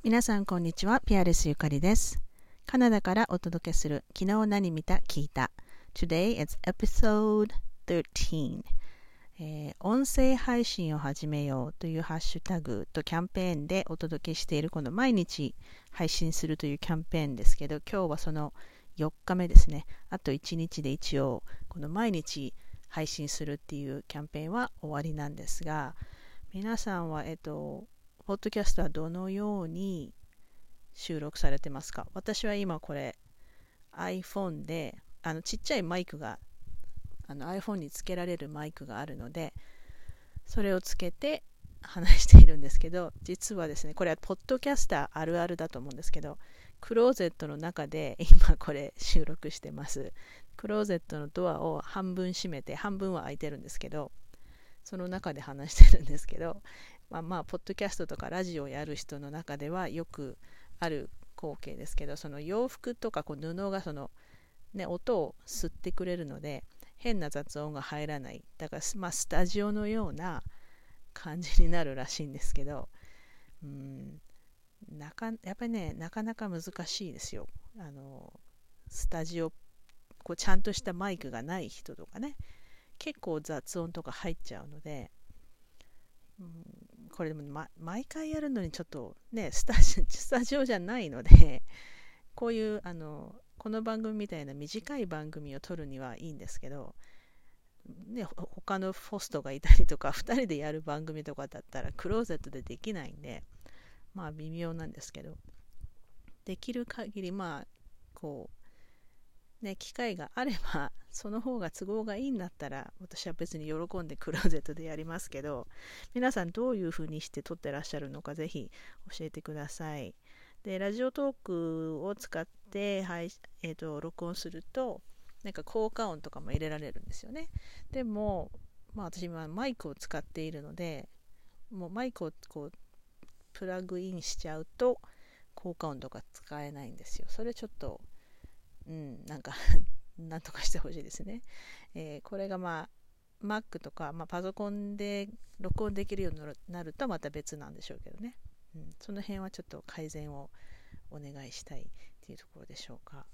皆さんこんにちは。ピアレスゆかりです。カナダからお届けする昨日何見た聞いた。Today is episode 13、音声配信を始めようというハッシュタグとキャンペーンでお届けしているこの毎日配信するというキャンペーンですけど、今日はその4日目ですね。あと1日で一応この毎日配信するっていうキャンペーンは終わりなんですが、皆さんはポッドキャストはどのように収録されてますか？私は今これ iPhone でちっちゃいマイクがiPhone につけられるマイクがあるので、それをつけて話しているんですけど、実はですね、これはポッドキャスターあるあるだと思うんですけど、クローゼットの中で今これ収録してます。クローゼットのドアを半分閉めて、半分は開いてるんですけど、その中で話してるんですけど、ポッドキャストとかラジオをやる人の中ではよくある光景ですけど、その洋服とか布が音を吸ってくれるので変な雑音が入らない。だからスタジオのような感じになるらしいんですけど、やっぱりね、なかなか難しいですよ。スタジオちゃんとしたマイクがない人とかね、結構雑音とか入っちゃうので、これでも、毎回やるのにちょっとね、スタジオじゃないので、こういうこの番組みたいな短い番組を撮るにはいいんですけど、ね、他のホストがいたりとか2人でやる番組とかだったらクローゼットでできないんで、微妙なんですけど、できる限り機会があれば、その方が都合がいいんだったら私は別に喜んでクローゼットでやりますけど、皆さんどういう風にして撮ってらっしゃるのかぜひ教えてください。でラジオトークを使って、録音すると効果音とかも入れられるんですよね。でも、私今マイクを使っているので、もうマイクをプラグインしちゃうと効果音とか使えないんですよ。それちょっとなんとかしてほしいですね。これがMac とか、パソコンで録音できるようになるとまた別なんでしょうけどね。その辺はちょっと改善をお願いしたいっていうところでしょうか。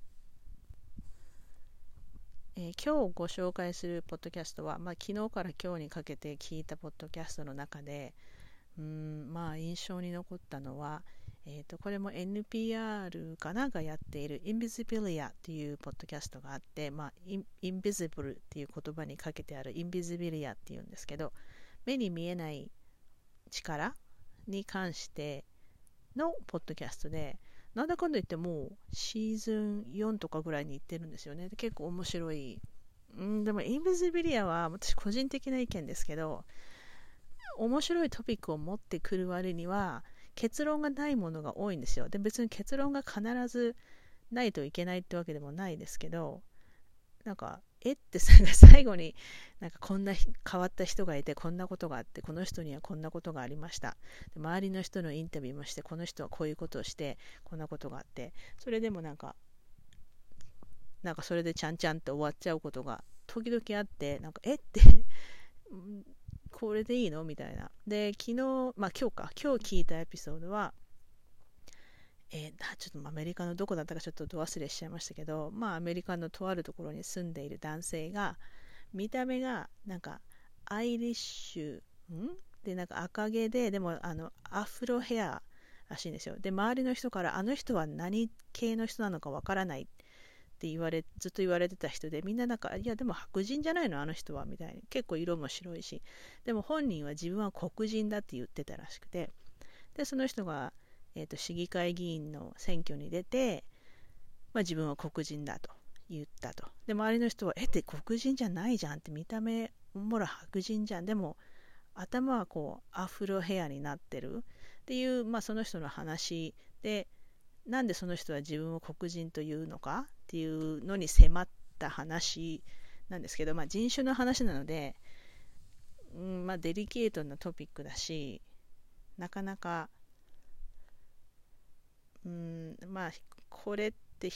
今日ご紹介するポッドキャストは、昨日から今日にかけて聞いたポッドキャストの中で印象に残ったのは、これも NPR かながやっている Invisibilia っていうポッドキャストがあって、Invisible っていう言葉にかけてある Invisibilia っていうんですけど、目に見えない力に関してのポッドキャストで、なんだかんだ言ってもうシーズン4とかぐらいに行ってるんですよね。で結構面白い。でも Invisibilia は私個人的な意見ですけど、面白いトピックを持ってくる割には結論がないものが多いんですよ。で別に結論が必ずないといけないってわけでもないですけど、って最後にこんな変わった人がいて、こんなことがあって、この人にはこんなことがありました。で周りの人のインタビューもして、この人はこういうことをしてこんなことがあって、それでもそれでちゃんちゃんって終わっちゃうことが時々あって、ってこれでいいのみたいな。で昨日今日聞いたエピソードは、ちょっとアメリカのどこだったかちょっとど忘れしちゃいましたけど、アメリカのとあるところに住んでいる男性が、見た目がアイリッシュで赤毛で、でもアフロヘアらしいんですよ。で周りの人からあの人は何系の人なのかわからないってずっと言われてた人で、みんないやでも白人じゃないのあの人はみたいに、結構色も白いし、でも本人は自分は黒人だって言ってたらしくて、でその人が市議会議員の選挙に出て、自分は黒人だと言ったと。で周りの人はって黒人じゃないじゃんって、見た目もろ白人じゃん、でも頭はアフロヘアになってるっていう、その人の話で、なんでその人は自分を黒人というのかっていうのに迫った話なんですけど、人種の話なので、デリケートなトピックだし、なかなかこれって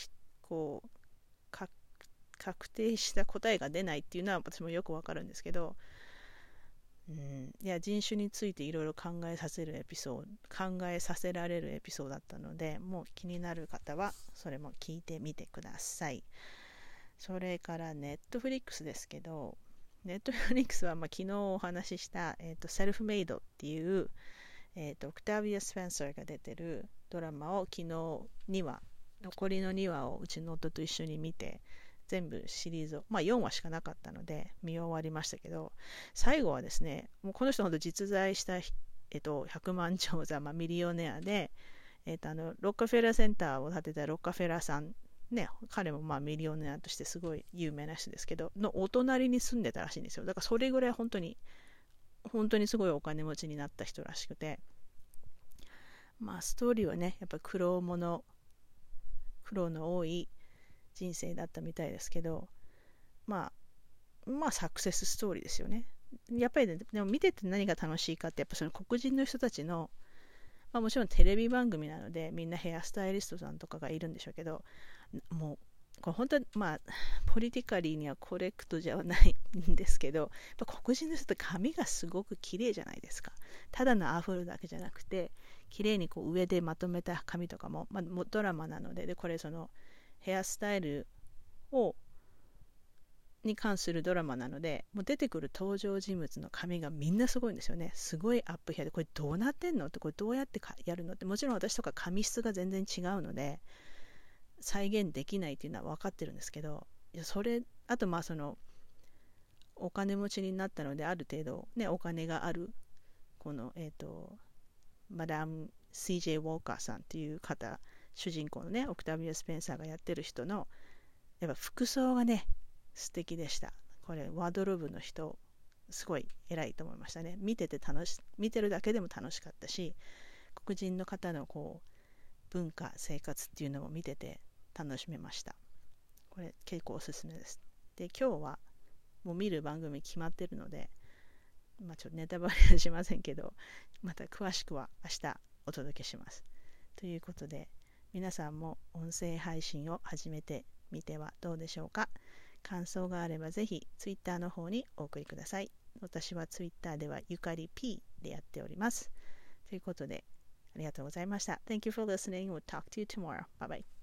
確定した答えが出ないっていうのは私もよくわかるんですけど、 いや人種についていろいろ考えさせられるエピソードだったので、もう気になる方はそれも聞いてみてください。それからネットフリックスですけど、ネットフリックスは昨日お話しした、セルフメイドっていう、オクタビア・スペンサーが出てるドラマを昨日2話、残りの2話をうちの夫と一緒に見て、全部シリーズを、4話しかなかったので見終わりましたけど、最後はですね、もうこの人ほど実在した、100万長者、ミリオネアで、ロッカフェラーセンターを建てたロッカフェラーさんね、彼もミリオネアとしてすごい有名な人ですけど、のお隣に住んでたらしいんですよ。だからそれぐらい本当にすごいお金持ちになった人らしくて、ストーリーはね、やっぱり苦労の多い人生だったみたいですけど、サクセスストーリーですよね。やっぱりね、でも見てて何が楽しいかって、やっぱその黒人の人たちの、もちろんテレビ番組なのでみんなヘアスタイリストさんとかがいるんでしょうけど、もうこれ本当はポリティカリーにはコレクトじゃないんですけど、やっぱ黒人の人って髪がすごく綺麗じゃないですか。ただのアフロだけじゃなくて、綺麗にこう上でまとめた髪とかも、ドラマなので、これそのヘアスタイルに関するドラマなので、もう出てくる登場人物の髪がみんなすごいんですよね。すごいアップヘアで、これどうなってんのって、これどうやってやるのって、もちろん私とか髪質が全然違うので再現できないっていうのは分かってるんですけど、あとそのお金持ちになったので、ある程度ね、お金があるこのマダム CJ ウォーカーさんっていう方、主人公のねオクタビア・スペンサーがやってる人のやっぱ服装がね素敵でした。これワードローブの人すごい偉いと思いましたね。見てるだけでも楽しかったし、黒人の方のこう文化生活っていうのも見てて楽しめました。これ結構おすすめです。で、今日はもう見る番組決まってるので、ちょっとネタバレはしませんけど、また詳しくは明日お届けします。ということで、皆さんも音声配信を始めてみてはどうでしょうか。感想があればぜひ Twitter の方にお送りください。私は Twitter ではゆかり P でやっております。ということで、ありがとうございました。Thank you for listening. We'll talk to you tomorrow. Bye bye.